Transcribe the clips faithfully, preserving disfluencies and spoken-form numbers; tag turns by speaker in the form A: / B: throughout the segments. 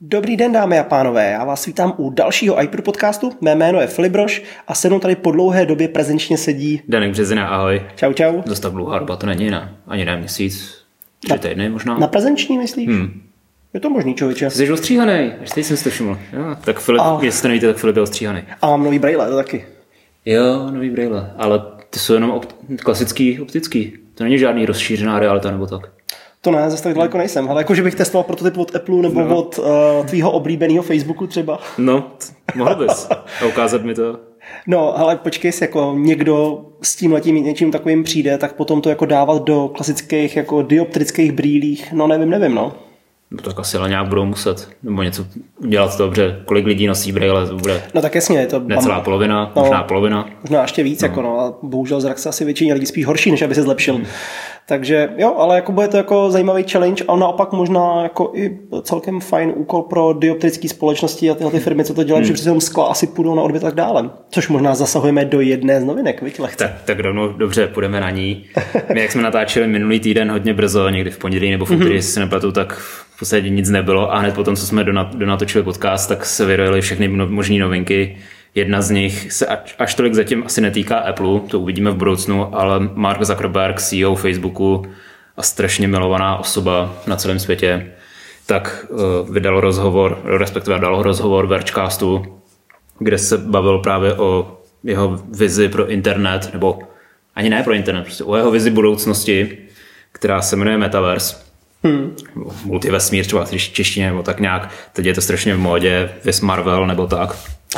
A: Dobrý den, dámy a pánové, já vás vítám u dalšího iPro podcastu. Mé jméno je Filip Brož a se mnou tady po dlouhé době prezenčně sedí
B: Danek Březina, ahoj.
A: Čau, čau.
B: Dost tak dlouhá doba to není, ne? Ani ne měsíc, tři týdny možná.
A: Na prezenční myslíš?
B: Hmm.
A: Je to možný, člověče.
B: Jsi ostříhanej, až teď jsem si to všiml. Jo, tak Filip, a... jestli to nevíte, tak Filip je ostříhanej.
A: A mám nový brejle, to taky.
B: Jo, nový brejle, ale ty jsou jenom opt- klasický, optický. To není žádný rozšířená realita nebo tak.
A: To ne, zase tak daleko nejsem, ale jako, že bych testoval prototyp od Apple nebo no. od uh, tvýho oblíbeného Facebooku třeba.
B: No, t- mohl bys. A ukázat mi to.
A: No, ale počkej si, jako někdo s tím letím něčím takovým přijde, tak potom to jako dávat do klasických jako dioptrických brýlích, no nevím, nevím, no.
B: No tak asi ale nějak budou muset, nebo něco udělat dobře. Kolik lidí nosí brejle, to bude
A: no, tak jasně, je to
B: necelá
A: bam...
B: polovina,
A: no,
B: možná polovina.
A: Možná ještě víc, no. Jako no, a bohužel zrak se asi většině lidí spíš horší, než aby se zlepšil. Hmm. Takže jo, ale jako bude to jako zajímavý challenge a naopak možná jako i celkem fajn úkol pro dioptrické společnosti a tyhle ty firmy, co to dělají, hmm. že přece jenom skla asi půjdou na odbyt tak dále. Což možná zasahujeme do jedné z novinek, viď, lehce.
B: Tak, tak rovnou dobře, půjdeme na ní. My jak jsme natáčeli minulý týden hodně brzo, někdy v pondělí nebo v úterý, mm-hmm. jestli se nepletu, tak v podstatě nic nebylo a hned potom, co jsme donatočili podcast, tak se vyrojily všechny možné novinky. Jedna z nich se až, až tolik zatím asi netýká Apple, to uvidíme v budoucnu, ale Mark Zuckerberg, C E O Facebooku a strašně milovaná osoba na celém světě, tak uh, vydal rozhovor, respektive dal rozhovor Vergecastu, kde se bavil právě o jeho vizi pro internet, nebo ani ne pro internet, prostě o jeho vizi budoucnosti, která se jmenuje Metaverse. Hmm. Multivesmír třeba v češtině, nebo tak nějak. Teď je to strašně v módě, vis Marvel, nebo tak.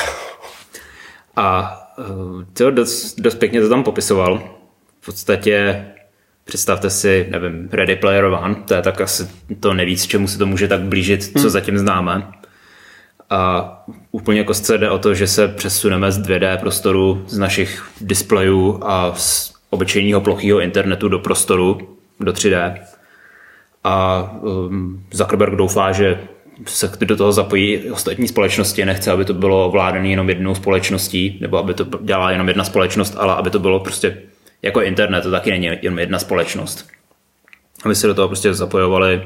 B: A to dost, dost pěkně to tam popisoval. V podstatě představte si, nevím, Ready Player One, to je tak asi to nejvíc, čemu se to může tak blížit, co hmm. zatím známe. A úplně kostce jde o to, že se přesuneme z dvě dé prostoru, z našich displejů a z obyčejného plochého internetu do prostoru, do tři dé. A um, Zuckerberg doufá, že se do toho zapojí ostatní společnosti, nechce, aby to bylo vládané jenom jednou společností, nebo aby to dělala jenom jedna společnost, ale aby to bylo prostě jako internet, to taky není jenom jedna společnost. Aby se do toho prostě zapojovali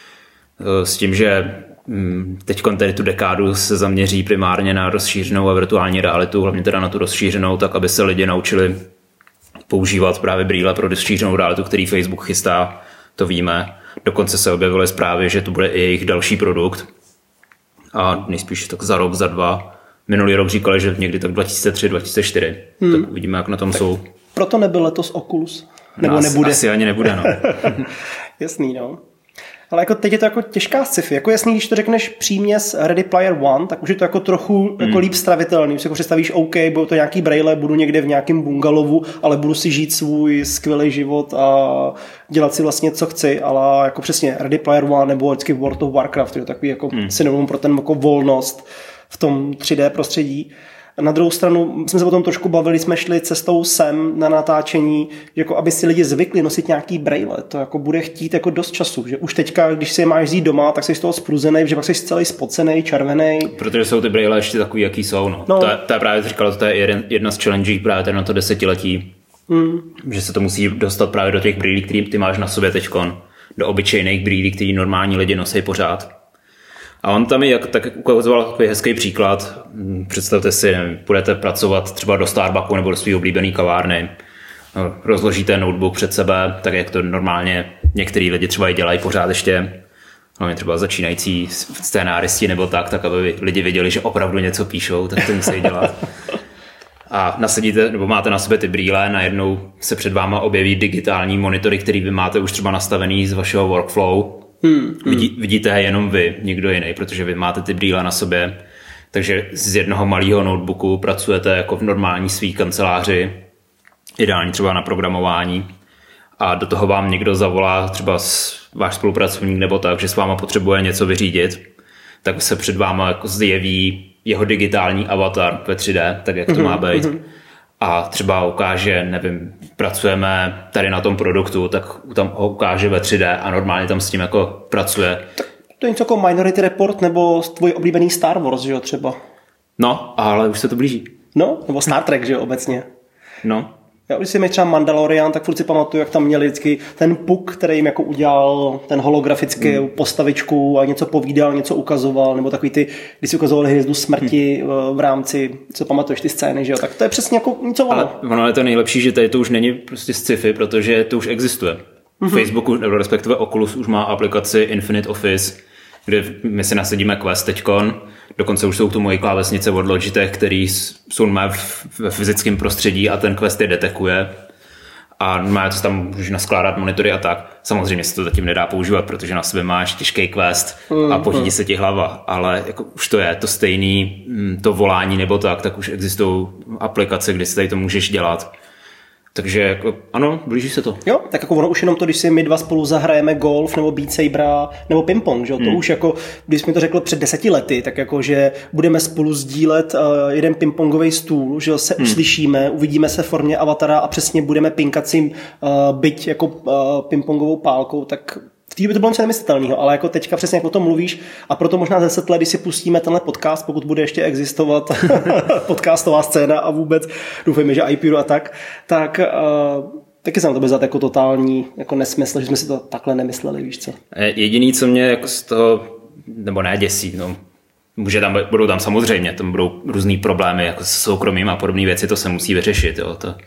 B: s tím, že teď tady tu dekádu se zaměří primárně na rozšířenou a virtuální realitu, hlavně teda na tu rozšířenou, tak aby se lidi naučili používat právě brýle pro rozšířenou realitu, který Facebook chystá, to víme. Dokonce se objevily zprávy, že to bude i jejich další produkt. A nejspíš tak za rok, za dva. Minulý rok říkali, že někdy tak dva tisíce tři, dva tisíce čtyři. Hmm. Tak uvidíme, jak na tom tak jsou.
A: Proto nebyl letos Oculus. Nebo
B: no,
A: nebude.
B: Asi ani nebude, no.
A: Jasný, no. Ale jako teď je to jako těžká sci-fi. Jako jasný, když to řekneš přímě z Ready Player One, tak už je to jako trochu hmm. jako líp stravitelný. Už si jako představíš, OK, budou to nějaký brejle, budu někde v nějakém bungalovu, ale budu si žít svůj skvělý život a dělat si vlastně, co chci. Ale jako přesně Ready Player One nebo vždycky World of Warcraft, je to takový jako hmm. synonym pro ten jako volnost v tom tři dé prostředí. Na druhou stranu jsme se o tom trošku bavili, jsme šli cestou sem na natáčení, jako aby si lidi zvykli nosit nějaký brejle. To jako bude chtít jako dost času, že už teďka, když si je máš vzít doma, tak jsi z toho spruzenej, že pak jsi celý spocenej, červenej.
B: Protože jsou ty brejle ještě takový, jaký jsou. No. No. To, je, to je právě říkalo, to je jeden, jedna z challenge právě tady na to desetiletí, mm. že se to musí dostat právě do těch brýlí, který ty máš na sobě teďkon, do obyčejných brýlí, který normální lidi nosí pořád. A on tam jak, tak ukazoval takový hezký příklad. Představte si, nevím, budete pracovat třeba do Starbucku nebo do svého oblíbené kavárny. Rozložíte notebook před sebe, tak jak to normálně některý lidi třeba i dělají pořád ještě. Hlavně třeba začínající scénáristi nebo tak, tak aby lidi věděli, že opravdu něco píšou, tak to musí dělat. A nasadíte, nebo máte na sobě ty brýle, najednou se před váma objeví digitální monitory, který vy máte už třeba nastavený z vašeho workflow. Hmm, hmm. Vidí, vidíte je jenom vy, nikdo jiný, protože vy máte ty brýle na sobě. Takže z jednoho malého notebooku pracujete jako v normální svý kanceláři, ideálně třeba na programování. A do toho vám někdo zavolá, třeba váš spolupracovník nebo tak, že s váma potřebuje něco vyřídit, tak se před váma jako zjeví jeho digitální avatar ve tři dé, tak jak to má být. Hmm, hmm. A třeba ukáže, nevím, pracujeme tady na tom produktu, tak tam ho ukáže ve tři dé a normálně tam s tím jako pracuje.
A: Tak to je něco jako Minority Report nebo tvůj oblíbený Star Wars, že jo, třeba?
B: No, ale už se to blíží.
A: No, nebo Star Trek, že jo, obecně.
B: No,
A: Já když si mi třeba Mandalorian, tak furt si pamatuju, jak tam měli vždycky ten puk, který jim jako udělal ten holografický hmm. postavičku a něco povídal, něco ukazoval, nebo takový ty, když si ukazovali Hvězdu smrti hmm. v rámci, co pamatuješ ty scény, že jo, tak to je přesně jako něco ono.
B: Ale ono je to nejlepší, že tady to už není prostě sci-fi, protože to už existuje. Mm-hmm. Facebooku, nebo respektive Oculus už má aplikaci Infinite Office, kde my si nasadíme Quest teďkon, dokonce už jsou k tomu i klávesnice od Logitech, který jsou ve fyzickém prostředí a ten Quest je detekuje a má to tam můžeš naskládat monitory a tak. Samozřejmě se to zatím nedá používat, protože na sebe máš těžký Quest a pohytí se ti hlava, ale jako už to je to stejný, to volání nebo tak, tak už existují aplikace, kde si tady to můžeš dělat. Takže jako, ano, blíží se to.
A: Jo, tak jako ono už jenom to, když si my dva spolu zahrajeme golf nebo Beat Sabera nebo ping-pong, že jo, to hmm. už jako, když jsi mi to řekl před deseti lety, tak jako, že budeme spolu sdílet uh, jeden ping-pongový stůl, že jo, se hmm. uslyšíme, uvidíme se v formě avatara a přesně budeme pinkat si uh, byť jako uh, ping-pongovou pálkou, tak v té by to bylo něco nemyslitelného, ale jako teďka přesně jak o tom mluvíš a proto možná za deset let, když si pustíme tenhle podcast, pokud bude ještě existovat podcastová scéna a vůbec doufejme, že iPuru a tak, tak uh, taky se nám to bude zdát jako totální jako nesmysl, že jsme si to takhle nemysleli, víš co.
B: Jediný, co mě jako z toho, nebo ne děsí, no, může tam, budou tam samozřejmě, tam budou různý problémy jako s soukromím a podobné věci, to se musí vyřešit, jo, to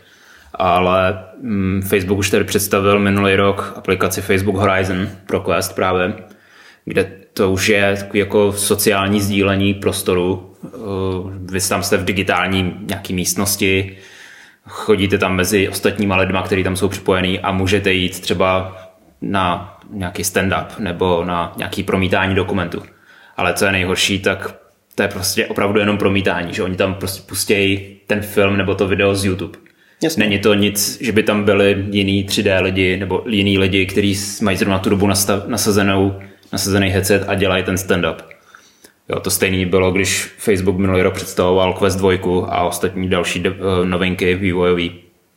B: ale mm, Facebook už tady představil minulý rok aplikaci Facebook Horizon pro Quest právě, kde to už je takový jako sociální sdílení prostoru. Vy tam jste v digitální nějaký místnosti, chodíte tam mezi ostatníma lidma, kteří tam jsou připojení a můžete jít třeba na nějaký stand-up nebo na nějaký promítání dokumentu. Ale co je nejhorší, tak to je prostě opravdu jenom promítání, že oni tam prostě pustějí ten film nebo to video z YouTube. Jasně. Není to nic, že by tam byli jiný tři dé lidi nebo jiný lidi, kteří mají zrovna tu dobu nastav, nasazenou, nasazený headset a dělají ten stand-up. Jo, to stejný bylo, když Facebook minulý rok představoval Quest dva a ostatní další de, novinky vývojový.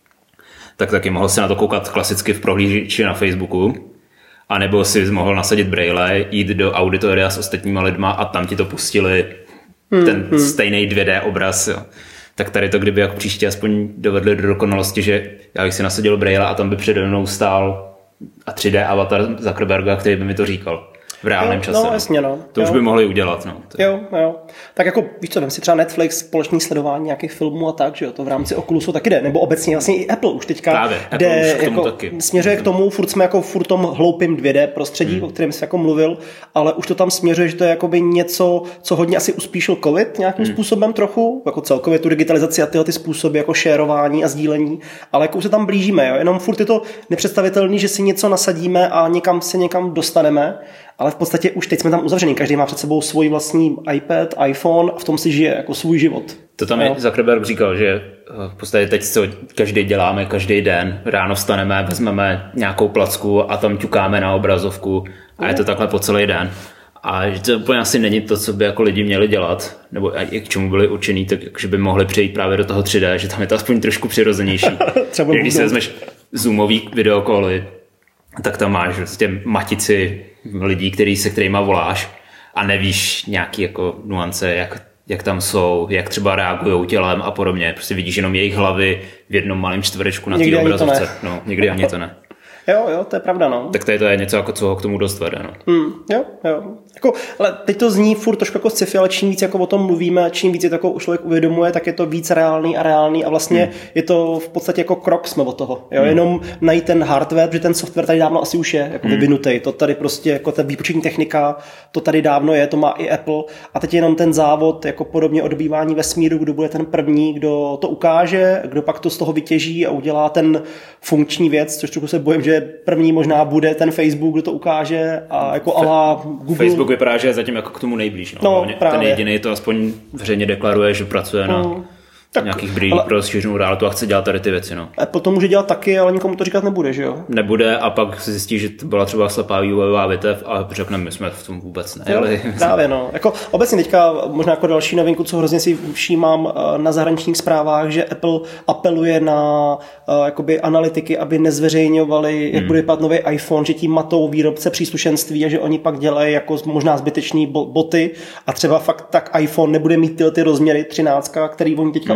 B: Tak taky mohl si na to koukat klasicky v prohlížeči na Facebooku, anebo si mohl nasadit braille, jít do auditoria s ostatníma lidma a tam ti to pustili hmm, ten hmm. stejný dvě dé obraz. Jo. Tak tady to, kdyby jak příště aspoň dovedli do dokonalosti, že já bych si nasadil braille a tam by přede mnou stál a tři dé avatar Zuckerberga, který by mi to říkal v reálném čase.
A: No, jasně, no.
B: To jo. Už by mohli udělat. No.
A: Jo, jo. Tak jako, víš co, vem si třeba Netflix, společný sledování nějakých filmů a tak, že jo, to v rámci Oculusu taky jde, nebo obecně vlastně i Apple už teďka
B: Právě,
A: jde,
B: už k tomu
A: jako,
B: taky.
A: směřuje k tomu, furt jsme jako furt tom hloupým dvě dé prostředí, hmm. o kterém jsi jako mluvil, ale už to tam směřuje, že to je jakoby něco, co hodně asi uspíšil COVID nějakým hmm. způsobem trochu, jako celkově tu digitalizaci a tyhle ty způsoby jako šérování a sdílení, ale jako už se tam blížíme, jo, jenom furt je to nepředstavitelný, že si něco nasadíme a někam se někam dostaneme. Ale v podstatě už teď jsme tam uzavření. Každý má před sebou svůj vlastní iPad, iPhone a v tom si žije jako svůj život.
B: To tam je Zuckerberg říkal, že v podstatě teď co každý děláme, každý den. Ráno vstaneme, vezmeme nějakou placku a tam ťukáme na obrazovku a je to takhle po celý den. A že to úplně asi není to, co by jako lidi měli dělat, nebo i k čemu byli určený, tak že by mohli přejít právě do toho tři dé, že tam je to aspoň trošku přirozenější. Když si vezmeš zoomový videokoly, tak tam máš vlastně matici lidí, který, se kterýma voláš a nevíš nějaký jako nuance, jak, jak tam jsou, jak třeba reagujou tělem a podobně. Prostě vidíš jenom jejich hlavy v jednom malém čtverečku na té obrazovce. No, někdy ani to ne.
A: Jo, jo, to je pravda, no.
B: Tak tady to je něco, jako co ho k tomu dost vede, no.
A: Hmm, jo, jo. Jako, ale teď to zní furt trošku jako sci-fi, ale čím víc jako o tom mluvíme, čím víc je to jako člověk uvědomuje, tak je to víc reálný a reálný a vlastně hmm. je to v podstatě jako krok jsme od toho. Jo? Hmm. Jenom najít ten hardware, protože ten software tady dávno asi už je jako hmm. vyvinutý. To tady prostě jako ta výpočetní technika, to tady dávno je, to má i Apple a teď je jenom ten závod jako podobně odbývání vesmíru, kdo bude ten první, kdo to ukáže, kdo pak to z toho vytěží a udělá ten funkční věc, což trochu se bojím, že první možná bude ten Facebook, kdo to ukáže a jako ala Google.
B: Facebook vypadá, že je zatím jako k tomu nejblíž. No. No, ten jediný to aspoň veřejně deklaruje, že pracuje na mm, tak, nějakých brýlích pro rozšířenou realitu a chce dělat tady ty věci. No.
A: Apple to může dělat taky, ale nikomu to říkat nebude, že jo?
B: Nebude a pak se zjistí, že to byla třeba slepá vývojová větev a řekneme, my jsme v tom vůbec nejeli.
A: Právě no. Jako obecně teďka možná jako další novinku, co hrozně si všímám na zahraničních zprávách, že Apple apeluje na uh, jakoby analytiky, aby nezveřejňovali, jak hmm. bude vypadat nový iPhone, že tím matou výrobce příslušenství a že oni pak dělají jako možná zbytečný boty a třeba fakt tak iPhone nebude mít tyhle ty rozměry třináct, který oni teďka hmm.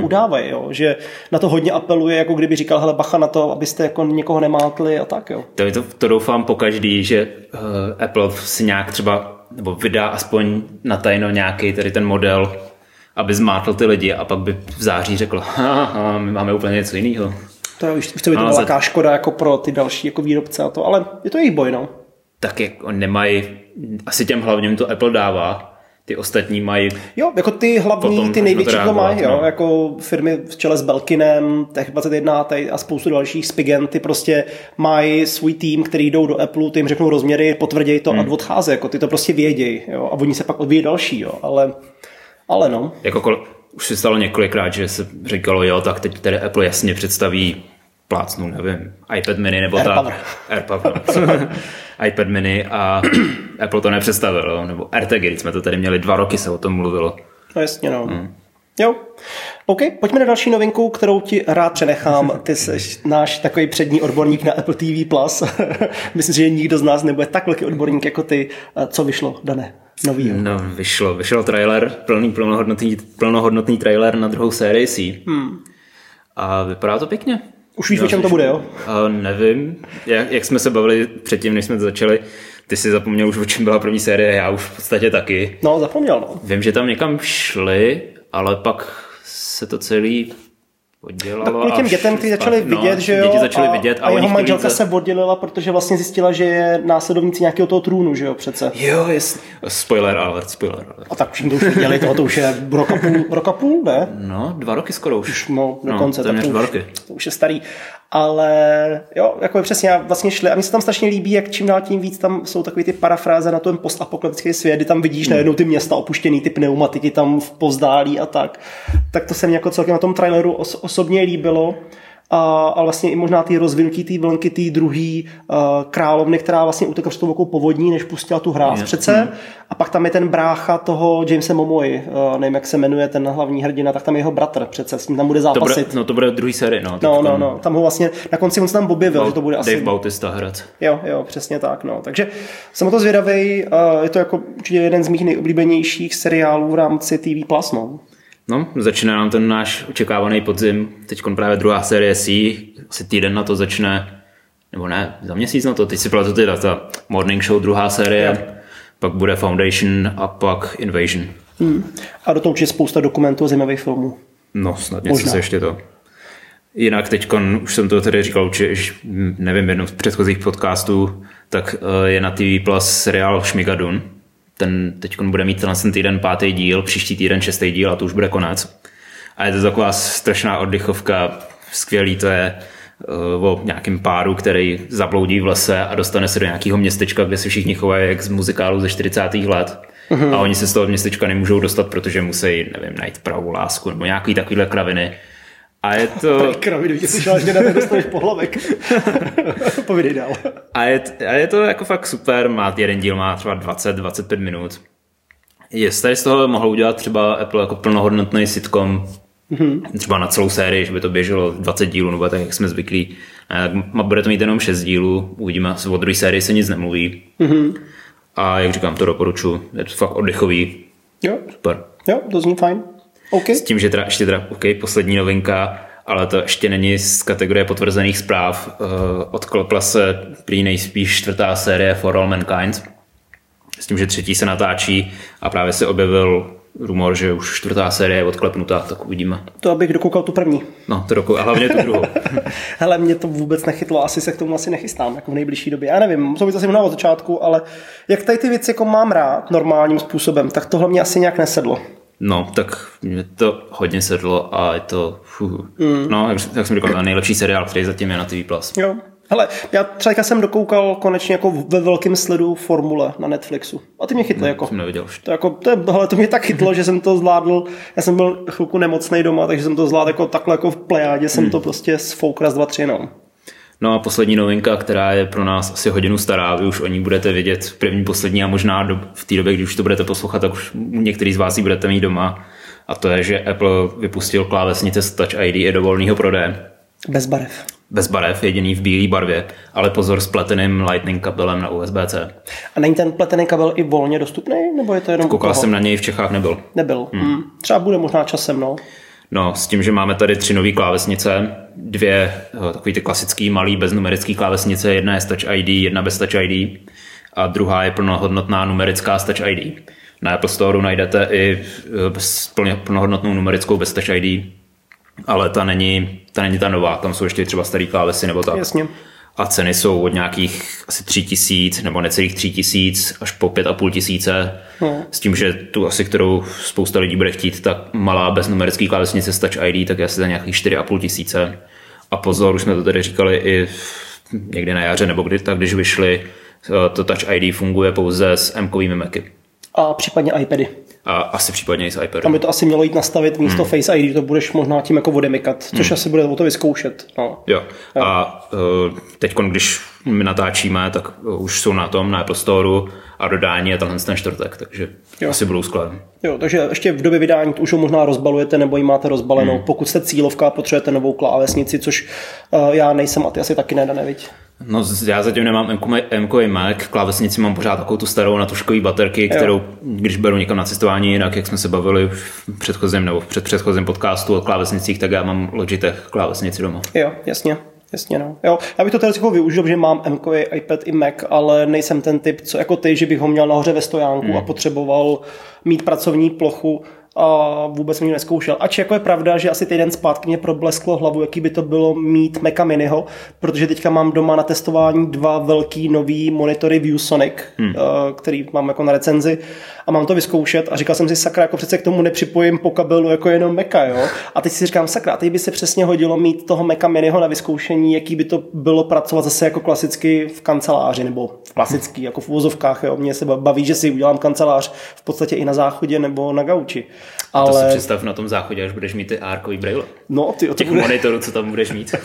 A: udávají, jo? Že na to hodně apeluje, jako kdyby říkal, hele, bacha na to, abyste jako někoho nemátli a tak, jo.
B: To, to, to doufám pokaždý, že uh, Apple si nějak třeba, nebo vydá aspoň na tajno nějaký tady ten model, aby zmátl ty lidi a pak by v září řekl, ha, my máme úplně něco jiného.
A: To je už to by to byla velká škoda jako pro ty další jako výrobce a to, ale je to jejich boj, no.
B: Tak jak oni nemají, asi těm hlavním to Apple dává, ty ostatní mají...
A: Jo, jako ty hlavní, ty největší to mají, jo, no. Jako firmy v čele s Belkinem, Tech dvacet jedna a spoustu dalších, Spigen, ty prostě mají svůj tým, který jdou do Apple, ty jim řeknou rozměry, potvrdějí to hmm. a odchází, jako ty to prostě vědějí, jo, a oni se pak odvíjí další, jo, ale, ale no.
B: Jako kol, už se stalo několikrát, že se říkalo, jo, tak teď tady Apple jasně představí plácnu, nevím, iPad mini nebo
A: AirPower.
B: ta... AirPower. iPad mini a Apple to nepředstavilo, nebo AirTagy, když jsme to tady měli dva roky, se o tom mluvilo.
A: No jasně, no. Hmm. Jo. OK, pojďme na další novinku, kterou ti rád přenechám. Ty jsi náš takový přední odborník na Apple T V plus. Myslím si, že nikdo z nás nebude tak velký odborník jako ty. Co vyšlo, Dané? Nový.
B: No, vyšlo. Vyšel trailer, plný plnohodnotný, plnohodnotný trailer na druhou sérii C. Hmm. A vypadá to pěkně.
A: Už víš, o čem to bude, jo?
B: Uh, nevím. Jak, jak jsme se bavili předtím, než jsme to začali, ty si zapomněl už, o čem byla první série, já už v podstatě taky.
A: No, zapomněl, no.
B: Vím, že tam někam šli, ale pak se to celý oddělalo.
A: Tak kvůli těm dětem, kteří začali
B: no,
A: vidět, že jo,
B: děti začali
A: a,
B: vidět, a,
A: a jeho manželka
B: se...
A: se oddělila, protože vlastně zjistila, že je následovníci nějakého toho trůnu, že jo, přece.
B: Jo, jasně. Spoiler alert, spoiler alert.
A: A tak všichni to už viděli, toho to už je rok a půl, rok a půl, ne?
B: No, dva roky skoro už.
A: už no, dokonce.
B: No, to,
A: dva
B: roky.
A: To už je starý. Ale jo, jako je přesně, vlastně šli a mně se tam strašně líbí, jak čím dál tím víc tam jsou takové ty parafráze na ten postapokalyptický svět, kdy tam vidíš hmm. najednou ty města opuštěný, ty pneumatiky tam v povzdálí a tak. Tak to se mi jako celkem na tom traileru os- osobně líbilo. A, a vlastně i možná ty rozvinutí té vlnky, té druhé uh, královny, která vlastně utekla před tou velkou povodní, než pustila tu hráz přece. Hmm. A pak tam je ten brácha toho Jamesa Momoy, uh, nevím, jak se jmenuje ten hlavní hrdina, tak tam je jeho bratr přece, s ním tam bude zápasit.
B: To bude, no to bude druhý série, no.
A: No, no, no, tam ho vlastně, na konci on se tam objevil, že to bude asi...
B: Dave Bautista hrad.
A: Jo, jo, přesně tak, no. Takže jsem o to zvědavej, uh, je to jako určitě jeden z mých nejoblíbenějších seriálů v rámci T V plus, no.
B: No, začíná nám ten náš očekávaný podzim. Teď právě druhá série C, asi týden na to začne, nebo ne, za měsíc na to, teď si platu ty data. Morning Show, druhá série, yeah. Pak bude Foundation a pak Invasion.
A: Hmm. A do toho určitě spousta dokumentů a zajímavých filmů.
B: No, snad něco se ještě to. Jinak teď, už jsem to tady říkal, že nevím, v jednom z předchozích podcastů, tak je na T V plus seriál Šmigadun. Ten teď bude mít ten týden pátý díl, příští týden šestý díl a to už bude konec. A je to taková strašná oddychovka, skvělý to je uh, o nějakém páru, který zabloudí v lese a dostane se do nějakého městečka, kde se všichni chovají jak z muzikálu ze čtyřicátých let. Mm-hmm. A oni se z toho městečka nemůžou dostat, protože musí, nevím, najít pravou lásku nebo nějaký takovýhle kraviny. A je to...
A: Kraviny, tě slyšel, že na to dostaneš pohlavek. Povídej dál.
B: A je, a je to jako fakt super, má jeden díl, má třeba dvacet až dvacet pět minut. Jestli z toho mohl udělat třeba Apple jako plnohodnotný sitcom, mm-hmm. třeba na celou sérii, že by to běželo dvacet dílů, nebo tak, jak jsme zvyklí. A bude to mít jenom šest dílů, uvidíme, o druhé sérii se nic nemluví. Mm-hmm. A jak říkám, to doporučuji, je to fakt oddychový. Jo. Super.
A: Jo, to zní fajn. Okay.
B: S tím, že teda ještě teda, OK, poslední novinka, ale to ještě není z kategorie potvrzených zpráv. Uh, odklepla se prý nejspíš čtvrtá série For All Mankind. S tím, že třetí se natáčí a právě se objevil rumor, že už čtvrtá série je odklepnutá, tak uvidíme.
A: To abych dokoukal tu první.
B: No, to dokoukal, a hlavně tu druhou.
A: Hele, mě to vůbec nechytlo, asi se k tomu asi nechystám, jako v nejbližší době. Já nevím, musím být asi mnoho od začátku, ale jak tady ty věci jako mám rád normálním způsobem, tak tohle mě asi nějak nesedlo.
B: No, tak mě to hodně sedlo a je to, fuh. Mm. No, jak, jak jsem říkal, nejlepší seriál, který zatím je na T V plus.
A: Jo. Hele, já třeba jsem dokoukal konečně jako ve velkém sledu Formule na Netflixu. A ty mě chytly.
B: No,
A: jako.
B: Jsem neviděl už.
A: To, jako, to, je, hele, to mě tak chytlo, že jsem to zvládl. Já jsem byl chvilku nemocnej doma, takže jsem to zvládl jako takhle jako v plejádě. Jsem mm. to prostě sfouk raz, dva, tři, no.
B: No a poslední novinka, která je pro nás asi hodinu stará, vy už o ní budete vědět v první, poslední a možná do, v té době, když už to budete poslouchat, tak už některý z vás ji budete mít doma. A to je, že Apple vypustil klávesnice s Touch I D i do volného prodeje.
A: Bez barev.
B: Bez barev, jediný v bílé barvě, ale pozor s pleteným lightning kabelem na U S B C.
A: A není ten pletený kabel i volně dostupný, nebo je to jenom?
B: Koukal jsem na něj, v Čechách nebyl.
A: Nebyl. Hmm. Hmm. Třeba bude možná časem, no.
B: No, s tím, že máme tady tři nové klávesnice, dvě takový ty klasický malý beznumerický klávesnice, jedna je s Touch I D, jedna bez Touch I D a druhá je plnohodnotná numerická s Touch I D. Na Apple Store najdete i plnohodnotnou numerickou bez Touch I D, ale ta není, ta není ta nová, tam jsou ještě třeba starý klávesy nebo tak.
A: Jasně.
B: A ceny jsou od nějakých asi tři tisíc nebo necelých tři tisíc až po pět a půl tisíce. No. S tím, že tu asi, kterou spousta lidí bude chtít, tak malá beznumerický klávesnice s Touch I D, tak je asi za nějakých čtyři a půl tisíce. A pozor, už jsme to tady říkali i někdy na jaře, nebo kdy tak, když vyšly, to Touch I D funguje pouze s M-kovými Macy.
A: A případně iPady.
B: A asi případně i s iPadem.
A: Tam by to asi mělo jít nastavit místo hmm. Face I D, to budeš možná tím jako odemykat, což hmm. asi bude o to vyzkoušet. No.
B: Jo. jo. A uh, teď, když my natáčíme, tak uh, už jsou na tom, na Apple Store a dodání je tenhle ten čtvrtek, takže jo. asi budou skladem. Jo,
A: takže ještě v době vydání už ho možná rozbalujete nebo ji máte rozbalenou. Hmm. Pokud jste cílovka, potřebujete novou klávesnici, což uh, já nejsem a ty asi taky ne, neviď.
B: No já zatím nemám M-kový Mac, klávesnici mám pořád takovou tu starou na tuškový baterky, kterou, jo. když beru někam na cestování, jinak jak jsme se bavili v předchozím nebo v předchozím podcastu o klávesnicích, tak já mám Logitech klávesnici doma.
A: Jo, jasně. Jasně, no. Jo, já bych to tedy jako využil, že mám M-kový iPad i Mac, ale nejsem ten typ, co jako ty, že bych ho měl nahoře ve stojánku hmm. a potřeboval mít pracovní plochu a vůbec mě neskoušel. Ač jako je pravda, že asi týden zpátky mě problesklo hlavu, jaký by to bylo mít Maca Miniho, protože teďka mám doma na testování dva velký nový monitory ViewSonic, hmm. který mám jako na recenzi a mám to vyzkoušet a říkal jsem si, sakra, jako přece k tomu nepřipojím po kabelu jako jenom Maca, jo. A teď si říkám, sakra, teď by se přesně hodilo mít toho Maca Miniho na vyzkoušení, jaký by to bylo pracovat zase jako klasicky v kanceláři, nebo klasický, jako v uvozovkách, jo. Mě se baví, že si udělám kancelář v podstatě i na záchodě nebo na gauči.
B: A to ale... si představ na tom záchodě, až budeš mít ty árkový braille.
A: No, ty,
B: těch
A: bude...
B: monitorů, co tam budeš mít.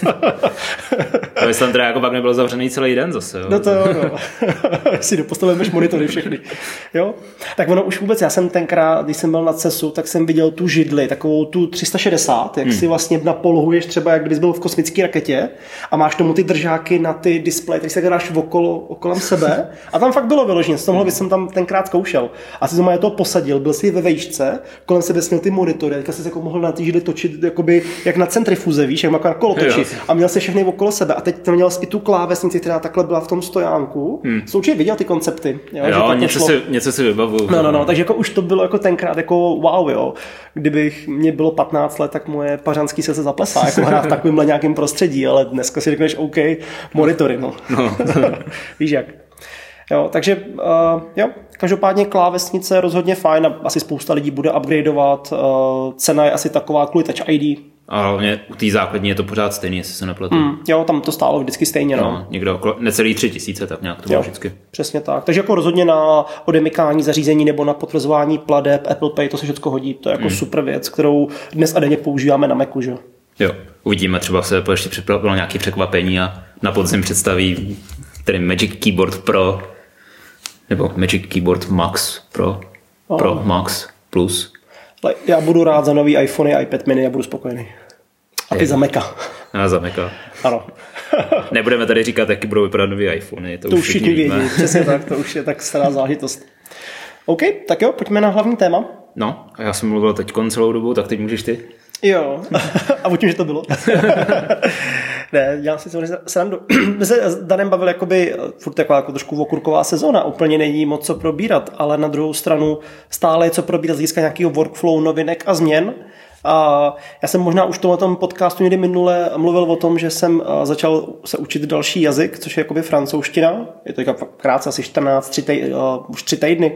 B: To bys tam teda jako pak nebyl zavřený celý den zase. Jo?
A: No to jo, no. Si dopostavuješ monitory všechny. Jo? Tak ono už vůbec, já jsem tenkrát, když jsem byl na cesu, tak jsem viděl tu židli, takovou tu tři sta šedesát, jak hmm. si vlastně napolhuješ třeba, jak kdybys byl v kosmické raketě a máš tomu ty držáky na ty displeje, tak se dáš okolo, okolem sebe a tam fakt bylo vyloženě, z tohohle jsem tam tenkrát zkoušel. A si to posadil, byl si ve vejšce, kolem sebe směl ty monitory, teďka jsi jako mohl na ty židli točit jakoby, jak na centrifuze, víš, jak jako na kolotoči a měl se všechny okolo sebe a teď tam měl i tu klávesnici, která takhle byla v tom stojánku. Hmm. Jsou určitě viděl ty koncepty.
B: Jo, jo něco, si, něco si vybavuju.
A: No, no, no, takže jako už to bylo jako tenkrát jako wow, jo. Kdybych mě bylo patnáct let, tak moje pařanský se se zaplesá, jako hrát v takovémhle nějakém prostředí, ale dneska si řekneš OK, monitory, no. no. Víš jak. Jo, takže uh, jo, každopádně klávesnice rozhodně fajn a asi spousta lidí bude upgradeovat. Uh, cena je asi taková kvůli Touch I D.
B: A hlavně u té základní je to pořád stejný, jestli se nepletu. Mm,
A: jo, tam to stálo vždycky stejně. No,
B: no někdo okolo necelý tři tisíce, tak nějak to bylo
A: jo, vždycky. Přesně tak. Takže jako rozhodně na odemykání zařízení nebo na potvrzování plateb Apple Pay, to se všechno hodí. To je jako mm. super věc, kterou dnes a denně používáme na Macu, že?
B: Jo, uvidíme, třeba se ještě připravilo nějaké překvapení a na podzim představí tedy Magic Keyboard Pro nebo Magic Keyboard Max Pro, oh. Pro Max Plus.
A: Já budu rád za nový iPhone a iPad mini a budu spokojený. A ty je. Za Maca.
B: A za Maca.
A: Ano.
B: Nebudeme tady říkat, jaký budou vypadat nový iPhony. To,
A: to už všichni vědí. Přesně tak, to už je tak stará záležitost. OK, tak jo, pojďme na hlavní téma.
B: No, a já jsem mluvil teď celou dobu, tak teď můžeš ty.
A: Jo, a o čem, že to bylo? Ne, dělám si samozřejmě srandu. My se s Danem bavili, jakoby, furt taková jako trošku okurková sezóna, úplně není moc co probírat, ale na druhou stranu stále je co probírat z hlediska nějakého workflow, novinek a změn. A já jsem možná už v tomhle podcastu někdy minule mluvil o tom, že jsem začal se učit další jazyk, což je jakoby francouzština. Je to jako krátce, asi čtrnáct, tři tej, už tři týdny.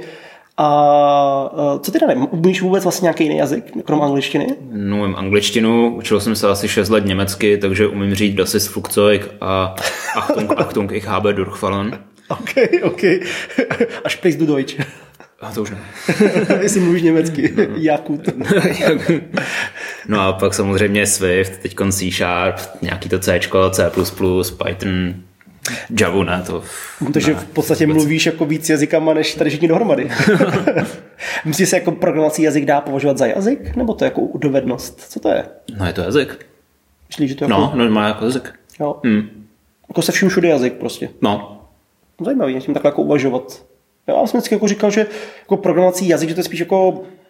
A: A co ty, Dane, umíš vůbec vlastně nějaký jiný jazyk, krom angličtiny?
B: No, umím angličtinu, učil jsem se asi šest let německy, takže umím říct Das ist Flugzeug a Achtung, Achtung, ich habe durchfallen.
A: OK, OK. A sprichst du Deutsch?
B: A to už ne.
A: Jestli mluvíš německy. No. Jakut.
B: No a pak samozřejmě Swift, teďkon C Sharp, nějaký to C, C plus plus, Python, Java, ne, to...
A: Takže v podstatě vůbec mluvíš jako víc jazykama, než tady všichni dohromady. Myslíš se jako programovací jazyk dá považovat za jazyk? Nebo to je jako dovednost? Co to je?
B: No je to jazyk.
A: Myslíš, že to je
B: no,
A: jako...
B: No, má jako jazyk.
A: Jo. Hmm. Jako se vším všude jazyk prostě.
B: No.
A: Zajímavý, tím takhle jako uvažovat. Já jsem vždycky jako říkal, že jako programovací jazyk, že to je spíš jako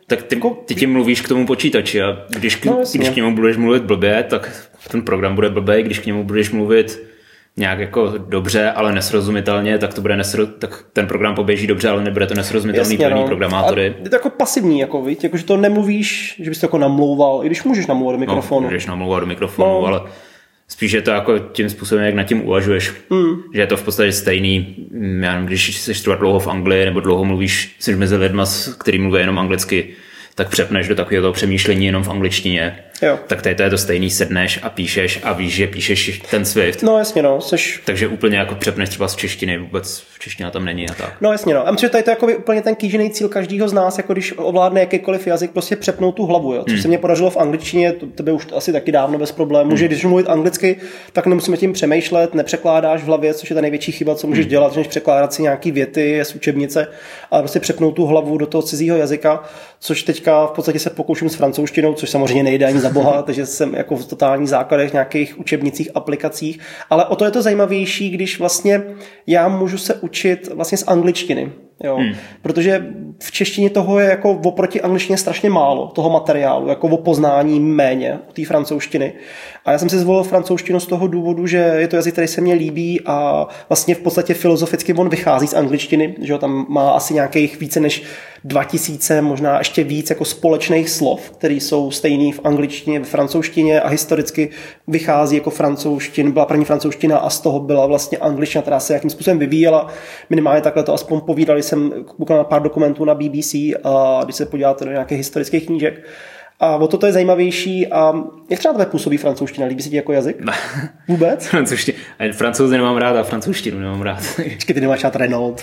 B: Tak ty, ty tím mluvíš k tomu počítači a když k, no, když k němu budeš mluvit blbě, tak ten program bude blbý, když k němu budeš mluvit nějak jako dobře, ale nesrozumitelně, tak to bude nesro... tak ten program poběží dobře, ale nebude to nesrozumitelný Jasně, pro jiný no. programátory.
A: A je to jako pasivní, jako víš, jako že to nemluvíš, že bys to jako namlouval, i když můžeš namlouvat do mikrofonu.
B: No, můžeš namlouvat do mikrofonu, no. ale spíš je to jako tím způsobem, jak nad tím uvažuješ, mm. že je to v podstatě stejný, já nevím, když jsi třeba dlouho v Anglii nebo dlouho mluvíš, jsi mezi lidma, který mluví jenom anglicky, tak přepneš do takového toho přemýšlení jenom v angličtině. Jo. Tak tady to je to stejný, sedneš a píšeš a víš, že píšeš ten Swift.
A: No jasně, no. Seš...
B: Takže úplně jako přepneš třeba z češtiny, vůbec čeština tam není a tak.
A: No jasně, no. A myslím, že tady to je jako úplně ten kýžený cíl každého z nás, jako když ovládne jakýkoliv jazyk, prostě přepnout tu hlavu, jo. Což hmm. se mě podařilo v angličtině, to tebe už asi taky dávno bez problémů, hmm. že když mluvit anglicky, tak nemusíme tím přemýšlet, nepřekládáš v hlavě, což je ta největší chyba, co můžeš hmm. dělat, než překládat si nějaký věty z učebnice, ale prostě přepnout tu hlavu do toho cizího jazyka, což teďka v podstatě se pokouším s francouzštinou, což samozřejmě nejde ani za boha, takže jsem jako v totálních základech nějakých učebnicích, aplikacích, ale o to je to zajímavější, když vlastně já můžu se učit vlastně z angličtiny. Jo. Hmm. Protože v češtině toho je jako oproti angličtině strašně málo, toho materiálu, jako o poznání méně u té francouzštiny. A já jsem si zvolil francouzštinu z toho důvodu, že je to jazyk, který se mně líbí a vlastně v podstatě filozoficky on vychází z angličtiny, že jo, tam má asi nějakých více než dva tisíce, možná ještě víc jako společných slov, které jsou stejný v angličtině, v francouzštině a historicky vychází jako francouzština, byla první francouzština a z toho byla vlastně angličtina, která se jakým způsobem vyvíjela. Minimálně takhle to aspoň povídali jsem koukal na pár dokumentů na B B C a když se podíváte do nějakých historických knížek. A o to je zajímavější. A jak třeba tebe působí francouzština? Líbí se ti jako jazyk? Ne. Vůbec?
B: Francouzština. Francouzi nemám rád a francouzštinu nemám rád.
A: Počkej, ty nemáš rád Renault.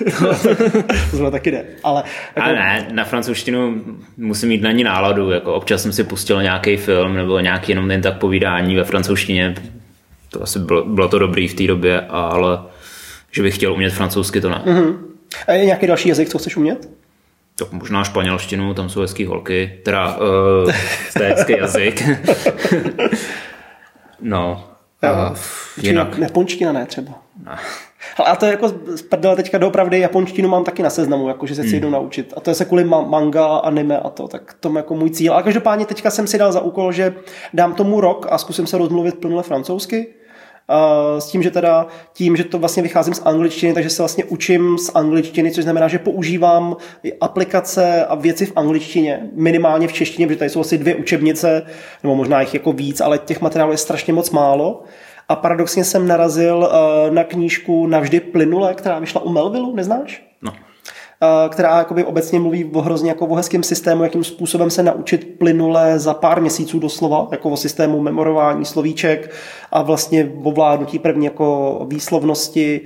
A: To zrovna taky jde. Ale,
B: jako... Ale ne, na francouzštinu musím mít na ní náladu. Jako občas jsem si pustil nějaký film nebo nějaký jenom jen tak povídání ve francouzštině. To asi bylo, bylo to dobrý v té době, ale že bych chtěl umět francouzsky, to ne.
A: Mm-hmm. A je nějaký další jazyk, co chceš umět?
B: To možná španělštinu, tam jsou hezký holky, teda uh, to je hezký jazyk. No.
A: Uh, jinak. Japonština ne třeba. Ne. Ale to je jako z prdele teďka doopravdy japonštinu mám taky na seznamu, jakože se chci hmm. jdu naučit. A to je se kvůli manga, anime a to, tak to je jako můj cíl. Ale každopádně teďka jsem si dal za úkol, že dám tomu rok a zkusím se rozmluvit plnule francouzsky. S tím, že teda tím, že to vlastně vycházím z angličtiny, takže se vlastně učím z angličtiny, což znamená, že používám aplikace a věci v angličtině, minimálně v češtině, protože tady jsou asi dvě učebnice, nebo možná jich jako víc, ale těch materiálů je strašně moc málo. A paradoxně jsem narazil na knížku Navždy plynule, která vyšla u Melvillu, neznáš?
B: No.
A: Která jakoby obecně mluví o hrozně jako o hezkém systému, jakým způsobem se naučit plynule za pár měsíců doslova, jako o systému memorování slovíček a vlastně ovládnutí první jako výslovnosti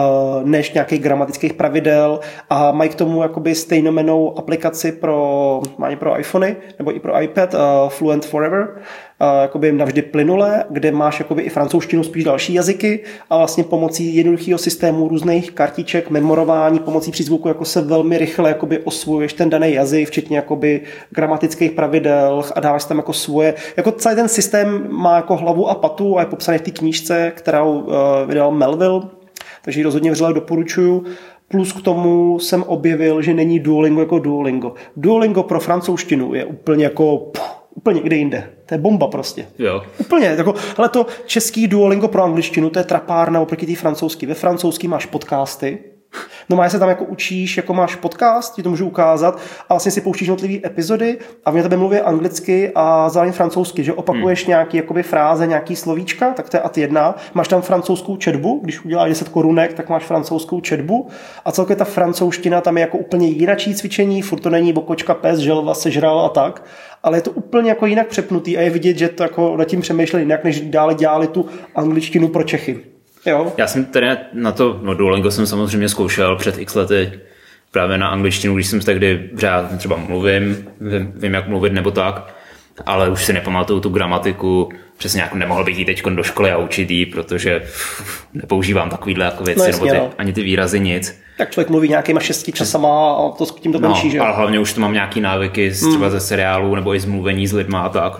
A: než nějakých gramatických pravidel a mají k tomu jakoby stejnomennou aplikaci pro, má pro iPhony nebo i pro iPad, uh, Fluent Forever, uh, jakoby navždy plynule, kde máš jakoby i francouzštinu, spíš další jazyky a vlastně pomocí jednoduchého systému různých kartiček, memorování, pomocí přízvuku jako se velmi rychle jakoby osvojuješ ten daný jazyk, včetně jakoby gramatických pravidel a dáváš tam jako svoje, jako celý ten systém má jako hlavu a patu a je popsaný v té knížce, kterou uh, vydal Melville, takže ji rozhodně vřele doporučuju. Plus k tomu jsem objevil, že není Duolingo jako Duolingo. Duolingo pro francouzštinu je úplně jako pff, úplně někde jinde. To je bomba prostě.
B: Jo.
A: Úplně. Jako, hele, to český Duolingo pro angličtinu, to je trapárna oproti té francouzský. Ve francouzský máš podcasty. No má se tam jako učíš, jako máš podcast, ti to můžu ukázat a vlastně si pouštíš jednotlivé epizody a v tebe mluví anglicky a zároveň francouzsky, že opakuješ hmm. nějaký jakoby fráze, nějaký slovíčka, tak to je ad jedna. Máš tam francouzskou četbu, když uděláš deset korunek, tak máš francouzskou četbu a celkově ta francouzština tam je jako úplně jinačí cvičení, furt to není bokočka, pes, želva, sežral a tak, ale je to úplně jako jinak přepnutý a je vidět, že to jako nad tím přemýšleli jinak, než dále dělali tu angličtinu pro Čechy. Jo.
B: Já jsem tady na to, no Duolingo jsem samozřejmě zkoušel před x lety právě na angličtinu, když jsem tehdy třeba mluvím, vím, vím jak mluvit nebo tak, ale už si nepamatuju tu gramatiku, přesně jako nemohl bych jít teď do školy a učit jí, protože nepoužívám takovýhle jako věci, no jasně, nebo ty, no. ani ty výrazy nic.
A: Tak člověk mluví nějakýma šesti časama a to, tím to končí,
B: no,
A: že?
B: Ale hlavně už to mám nějaký návyky z, třeba mm. ze seriálu nebo i z mluvení s lidma a tak.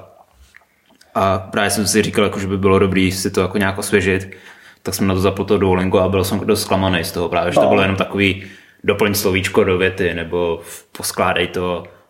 B: A právě jsem si říkal, jako, že by bylo dobrý si to jako nějak osvěžit. Tak jsem na to zapl to Duolingo a byl jsem dost zklamaný z toho právě, že to bylo jenom takový doplň slovíčko do věty nebo poskládej to.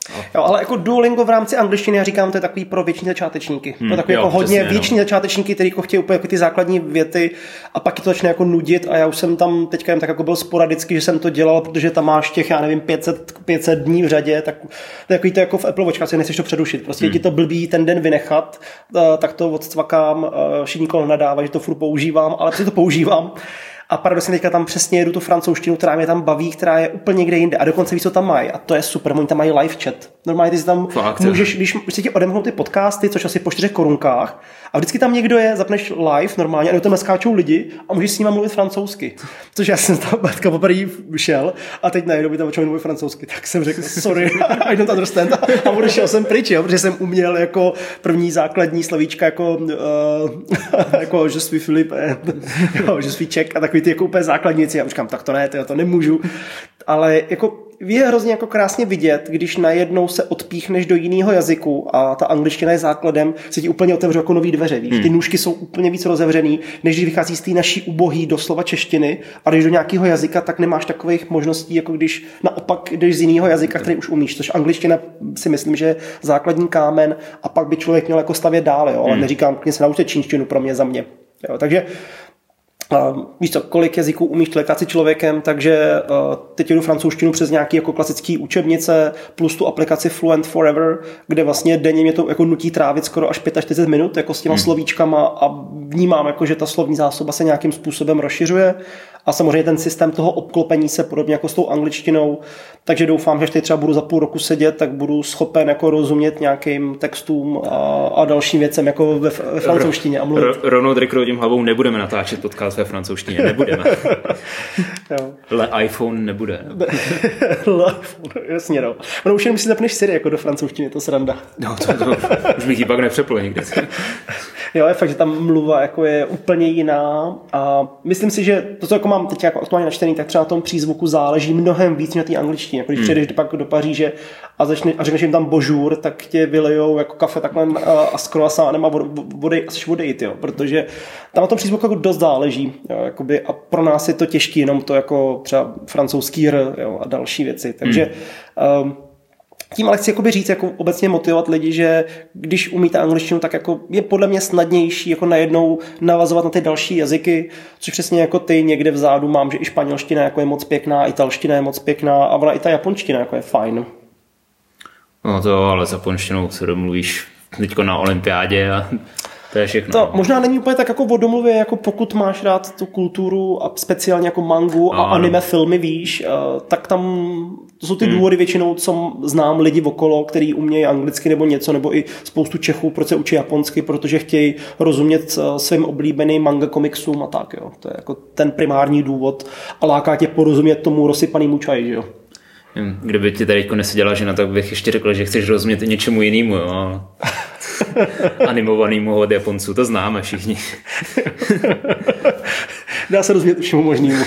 A: Jo, ale jako Duolingo v rámci angličtiny, já říkám, to je takový pro větší začátečníky. Hmm, pro takový jo, jako hodně přesně, větší no. začátečníky, kteří jako chtějí úplně jako ty základní věty a pak to začne jako nudit a já už jsem tam teďka jen tak jako byl sporadicky, že jsem to dělal, protože tam máš těch, já nevím, pět set dní v řadě, tak takový to jako v Apple Watch, si nechceš to předušit. Prostě hmm. ti to blbý ten den vynechat, tak to odcvakám, všichni kolem nadávají, že to furt používám, ale při to používám. A paradoxně teďka tam přesně jedu tu francouzštinu, která mě tam baví, která je úplně někde jinde. A dokonce víš, co tam mají. A to je super, oni tam mají live chat. Normálně ty si tam Fakt, můžeš, když si ti odemhnou ty podcasty, což asi po čtyřech korunkách, a vždycky tam někdo je, zapneš live normálně, a do toho skáčou lidi a můžeš s nimi mluvit francouzsky. Což já jsem tam batka poprvé šel a teď najednou by tam začal mluvit francouzsky. Tak jsem řekl, sorry, I don't understand. A odešel jsem pryč, jo, protože jsem uměl jako první základní slovíčka jako, uh, jako je suis Philippe, jo, je suis Čech a takový ty jako úplně základní věci. Já říkám, tak to ne, to, to nemůžu. Ale jako je hrozně jako krásně vidět, když najednou se odpíchneš do jiného jazyku a ta angličtina je základem, se ti úplně otevřou jako nový dveře, víš? Hmm. Ty nůžky jsou úplně víc rozevřený, než když vychází z té naší ubohý doslova češtiny a když do nějakého jazyka, tak nemáš takových možností, jako když naopak jdeš z jiného jazyka, který už umíš, což angličtina si myslím, že je základní kámen a pak by člověk měl jako stavět dále, jo? Ale hmm. neříkám, klidně se naučte čínštinu pro mě za mě. Jo? Takže Uh, víš co, kolik jazyků umíš člověk si člověkem, takže uh, teď jdu francouzštinu přes nějaké jako klasické učebnice plus tu aplikaci Fluent Forever, kde vlastně denně mě to jako nutí trávit skoro až čtyřicet pět minut jako s těma hmm. slovíčkama a vnímám, jako, že ta slovní zásoba se nějakým způsobem rozšiřuje a samozřejmě ten systém toho obklopení se podobně jako s tou angličtinou, takže doufám, že když třeba budu za půl roku sedět, tak budu schopen jako rozumět nějakým textům a, a dalším věcem jako ve, ve francouzštině a mluvit.
B: Rovnou Drickerovým hlavou nebudeme natáčet podcast ve francouzštině, nebudeme. Le iPhone nebude.
A: Le iPhone, jasně no. Ono už jenom si zapneš Siri jako do francouzštiny, to sranda.
B: No to, to už bych ji pak nepřepl nikdy.
A: Jo, je fakt, že tam mluva jako je úplně jiná a myslím si, že to, co jako mám teď jako aktuálně načtený, tak třeba na tom přízvuku záleží mnohem víc na té angličtině. Jako když hmm. přijdeš pak do Paříže a, začne, a řekneš jim tam bonjour, tak tě vylejou jako kafe takhle a, a s croissantem a vody, a jsi odejít, jo, protože tam na tom přízvuku jako dost záleží. Jo, jakoby, a pro nás je to těžké, jenom to jako třeba francouzský R, jo, a další věci. Takže hmm. um, tím ale chci jakoby říct, jako obecně motivovat lidi, že když umíte angličtinu, tak jako je podle mě snadnější jako najednou navazovat na ty další jazyky, což přesně jako ty někde vzadu mám, že i španělština jako je moc pěkná, italština je moc pěkná a ona i ta japonština jako je fajn.
B: No to ale s japonštinou se domluvíš teďko na olympiádě a to je všechno.
A: To možná není úplně tak jako o domluvě, jako pokud máš rád tu kulturu a speciálně jako mangu a, a anime filmy, víš, tak tam to jsou ty hmm. důvody většinou, co znám lidi okolo, který umějí anglicky nebo něco, nebo i spoustu Čechů, proč se učí japonsky, protože chtějí rozumět svým oblíbeným manga komiksům a tak, jo. To je jako ten primární důvod a láká tě porozumět tomu rozsypanému čaji, jo.
B: Kdyby ti tady neseděla žena, tak bych ještě řekl, že chceš rozumět něčemu jinému, jo. Animovanýmu od Japonců, to známe všichni.
A: Dá se rozumět všemu možnému.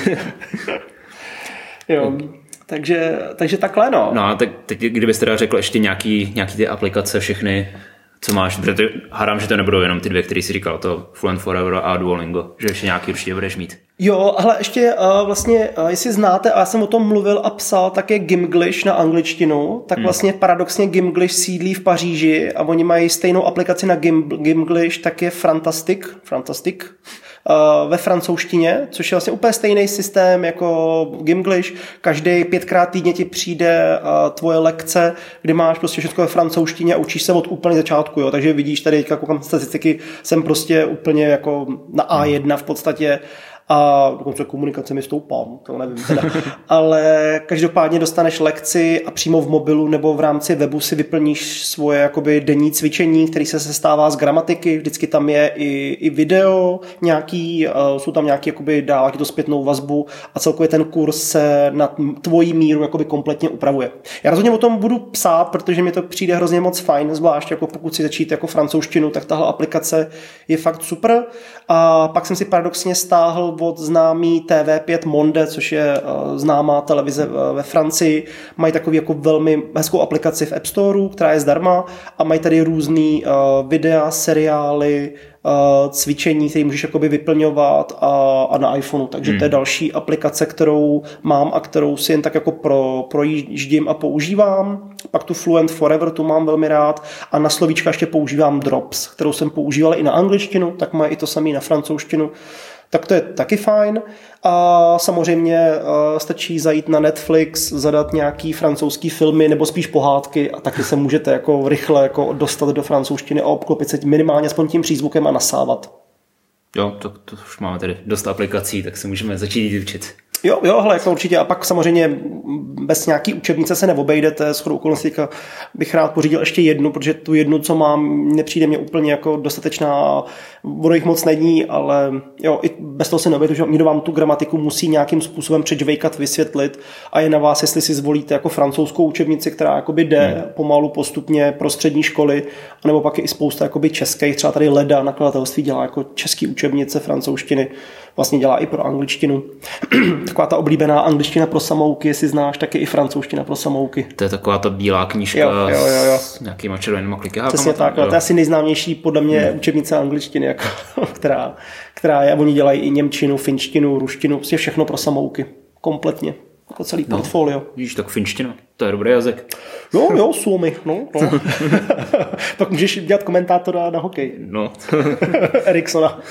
A: Jo, takže, takže takhle, no.
B: No a tak teď, kdybys teda řekl ještě nějaký, nějaký ty aplikace všechny, co máš, protože hádám, že to nebudou jenom ty dvě, které jsi říkal, to Fluent Forever a Duolingo, že ještě nějaký určitě budeš mít.
A: Jo, ale ještě uh, vlastně, uh, jestli znáte, a já jsem o tom mluvil a psal, tak je Gimglish na angličtinu, tak hmm. vlastně paradoxně Gimglish sídlí v Paříži a oni mají stejnou aplikaci na Gim, Gimglish, tak je Fantastic, Fantastic uh, ve francouzštině, což je vlastně úplně stejný systém jako Gimglish. Každý pětkrát týdně ti přijde uh, tvoje lekce, kdy máš prostě všechno ve francouzštině a učíš se od úplně začátku, jo, takže vidíš tady, koukám statistiky, jsem prostě úplně jako na á jedna v podstatě, a dokonce komunikace mi stoupá, to nevím teda. Ale každopádně dostaneš lekci a přímo v mobilu nebo v rámci webu si vyplníš svoje jakoby denní cvičení, který se sestává z gramatiky, vždycky tam je i, i video nějaký, uh, jsou tam nějaký, jakoby dává to zpětnou vazbu a celkově ten kurz se na tvoji míru jakoby kompletně upravuje. Já rozhodně o tom budu psát, protože mi to přijde hrozně moc fajn, zvlášť jako pokud si začít jako francouzštinu, tak tahle aplikace je fakt super. A pak jsem si paradoxně stáhl od známý T V pět Monde, což je známá televize ve Francii. Mají takový jako velmi hezkou aplikaci v App Storeu, která je zdarma a mají tady různý videa, seriály, cvičení, které můžeš jakoby vyplňovat a, a na iPhoneu. Takže hmm. to je další aplikace, kterou mám a kterou si jen tak jako pro, projíždím a používám. Pak tu Fluent Forever, tu mám velmi rád a na slovíčka ještě používám Drops, kterou jsem používal i na angličtinu, tak má i to samý na francouzštinu. Tak to je taky fajn. A samozřejmě uh, stačí zajít na Netflix, zadat nějaký francouzský filmy nebo spíš pohádky a taky se můžete jako rychle jako dostat do francouzštiny a obklopit se minimálně aspoň tím přízvukem a nasávat.
B: Jo, to, to už máme tady dost aplikací, tak se můžeme začít učit.
A: Jo, jo, hele, jako určitě. A pak samozřejmě bez nějaký učebnice se neobejdete. Shodou okolností bych rád pořídil ještě jednu, protože tu jednu, co mám, nepřijde mě úplně jako dostatečná. Ono jich moc není, ale jo, i bez toho se neobejde, že někdo vám tu gramatiku musí nějakým způsobem předžvejkat, vysvětlit a je na vás, jestli si zvolíte jako francouzskou učebnici, která jakoby jde hmm. pomalu postupně pro střední školy, anebo pak je i spousta jakoby českých, třeba tady Leda nakladatelství dělá jako český učebnice francouzštiny, vlastně dělá i pro angličtinu. Taková ta oblíbená angličtina pro samouky, jestli znáš, taky i francouzština pro samouky.
B: To je taková ta bílá knížka
A: jo, jo, jo, jo.
B: s nějakýma červenýma klikákama.
A: Přesně tak, to je asi nejznámější podle mě hmm. učebnice angličtiny, jako, která, která je, oni dělají i němčinu, finštinu, ruštinu, prostě všechno pro samouky, kompletně, jako celý no. portfolio.
B: Víš, tak finština, to je dobrý jazyk.
A: Jo, jo, suomi, no, no. Pak můžeš dělat komentátora na hokej.
B: No.
A: Ericssona.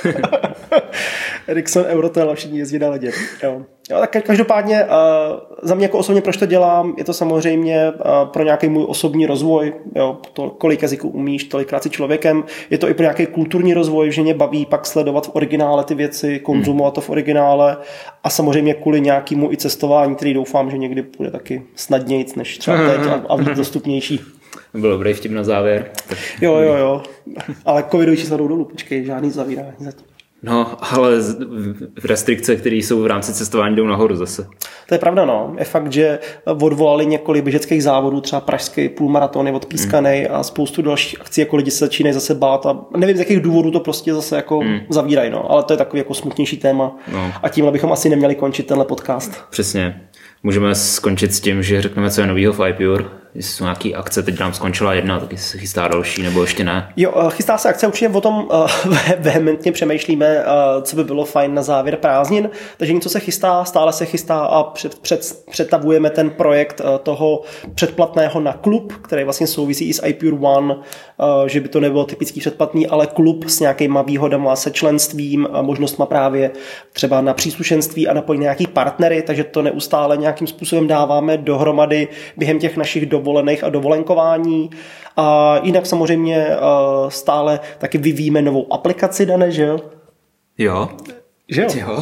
A: Ericsson, Eurotel a všichni jezdí na ledě. Jo. Jo, tak každopádně uh, za mě jako osobně, proč to dělám, je to samozřejmě uh, pro nějaký můj osobní rozvoj, jo, to, kolik jazyků umíš, tolikrát si člověkem, je to i pro nějaký kulturní rozvoj, že mě baví pak sledovat v originále ty věci, konzumovat to v originále a samozřejmě kvůli nějakému i cestování, který doufám, že někdy bude taky snadnějc než třeba teď a, a víc dostupnější.
B: Byl dobrý vtip na závěr.
A: Jo, jo, jo, ale covidový čísla jdou dolů, počkej, žádný zavírání zatím.
B: No, ale restrikce, které jsou v rámci cestování, jdou nahoru zase. To
A: je pravda, no. Je fakt, že odvolali několik běžeckých závodů, třeba pražský půlmaraton je odpískaný mm. a spoustu dalších akcí, jako lidi se začínají zase bát a nevím, z jakých důvodů to prostě zase jako mm. zavírají, no. Ale to je takový jako smutnější téma no. A tímhle bychom asi neměli končit tenhle podcast.
B: Přesně. Můžeme skončit s tím, že řekneme, co je novýho v iPure. Jestli jsou nějaký akce, teď nám skončila jedna, tak se chystá další, nebo ještě ne?
A: Jo, chystá se akce, určitě o tom uh, vehementně přemýšlíme, uh, co by bylo fajn na závěr prázdnin, takže něco se chystá, stále se chystá a před, před, přetavujeme ten projekt uh, toho předplatného na klub, který vlastně souvisí i s iPure One, uh, že by to nebylo typický předplatný, ale klub s nějakýma výhodama, se členstvím, uh, možnostma právě třeba na příslušenství a napojit nějaký partnery, takže to neustále nějakým způsobem dáváme dohromady během těch našich dovolených a dovolenkování. A jinak samozřejmě stále taky vyvíjíme novou aplikaci, Dane, že jo?
B: Jo.
A: Že jo?
B: Jo.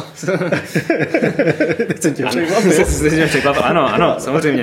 A: Nechcem tě překvapit.
B: Ano, ano, samozřejmě.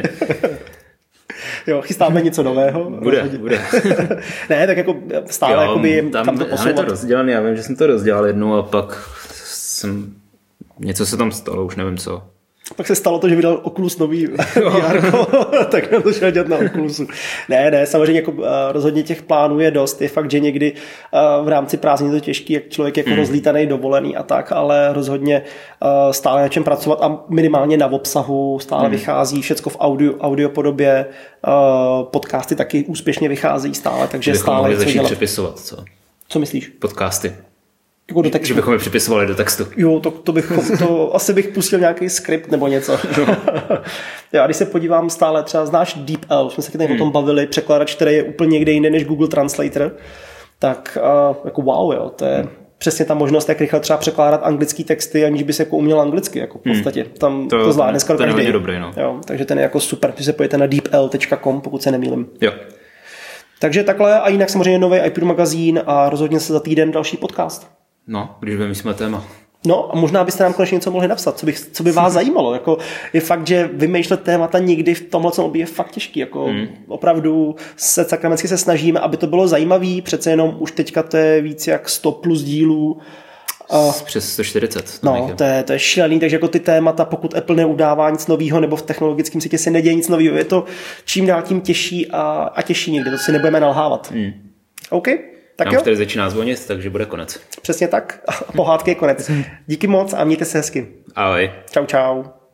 A: Jo, chystáme něco nového.
B: Bude, rozhodně. Bude.
A: Ne, tak jako stále
B: jo,
A: jakoby,
B: tam,
A: kam to posouvat.
B: Tam je to rozdělané, já vím, že jsem to rozdělal jednou a pak jsem, něco se tam stalo, už nevím co.
A: Pak se stalo to, že vydal Oculus nový V R, tak na to šel dělat na Oculusu. Ne, ne, samozřejmě jako, uh, rozhodně těch plánů je dost. Je fakt, že někdy uh, v rámci prázdnin je to těžký, jak člověk jako mm. rozlítaný, dovolený a tak, ale rozhodně uh, stále na čem pracovat a minimálně na obsahu stále mm. vychází všecko v audio, audio podobě, uh, podcasty taky úspěšně vychází stále, takže
B: bychom
A: stále
B: mohli
A: co
B: začít
A: dělat.
B: přepisovat, co?
A: Co myslíš?
B: Podcasty.
A: Jako do textu.
B: Že bychom je připisovali do textu.
A: Jo, to, to bych, to asi bych pustil nějaký skript nebo něco. No. Jo, a když se podívám stále, třeba znáš DeepL, už jsme se tady hmm. o tom bavili, překladač, který je úplně někde jinde než Google Translator, tak uh, jako wow, jo, to je hmm. přesně ta možnost, jak rychle třeba překládat anglický texty, aniž by se jako uměl anglicky, jako v podstatě. Tam to, to zvládne skoro každý.
B: To je dobrý, no.
A: Jo, takže ten je jako super, když se pojďte na deepl tečka com, pokud se nemýlim.
B: Jo.
A: Takže takhle a jinak samozřejmě nový iPure magazín a rozhodně se za týden další podcast.
B: No, když vymyslíme téma.
A: No a možná byste nám konečně něco mohli napsat, co, bych, co by vás zajímalo. Jako, je fakt, že vymýšlet témata někdy v tomhle období je fakt těžký. Jako, mm. Opravdu se sakramensky se snažíme, aby to bylo zajímavý, přece jenom už teďka to je víc jak sto plus dílů.
B: Uh, Přes sto čtyřicet.
A: No, to je, to je šílený, takže jako ty témata, pokud Apple neudává nic nového nebo v technologickém světě se neděje nic nového, je to čím dál tím těžší a, a těžší někdy, to si nebudeme nalhávat. Mm. OK? Tak
B: Nám
A: jo.
B: už tady začíná zvonit, takže bude konec.
A: Přesně tak. Pohádky je konec. Díky moc a mějte se hezky.
B: Ahoj.
A: Čau, čau.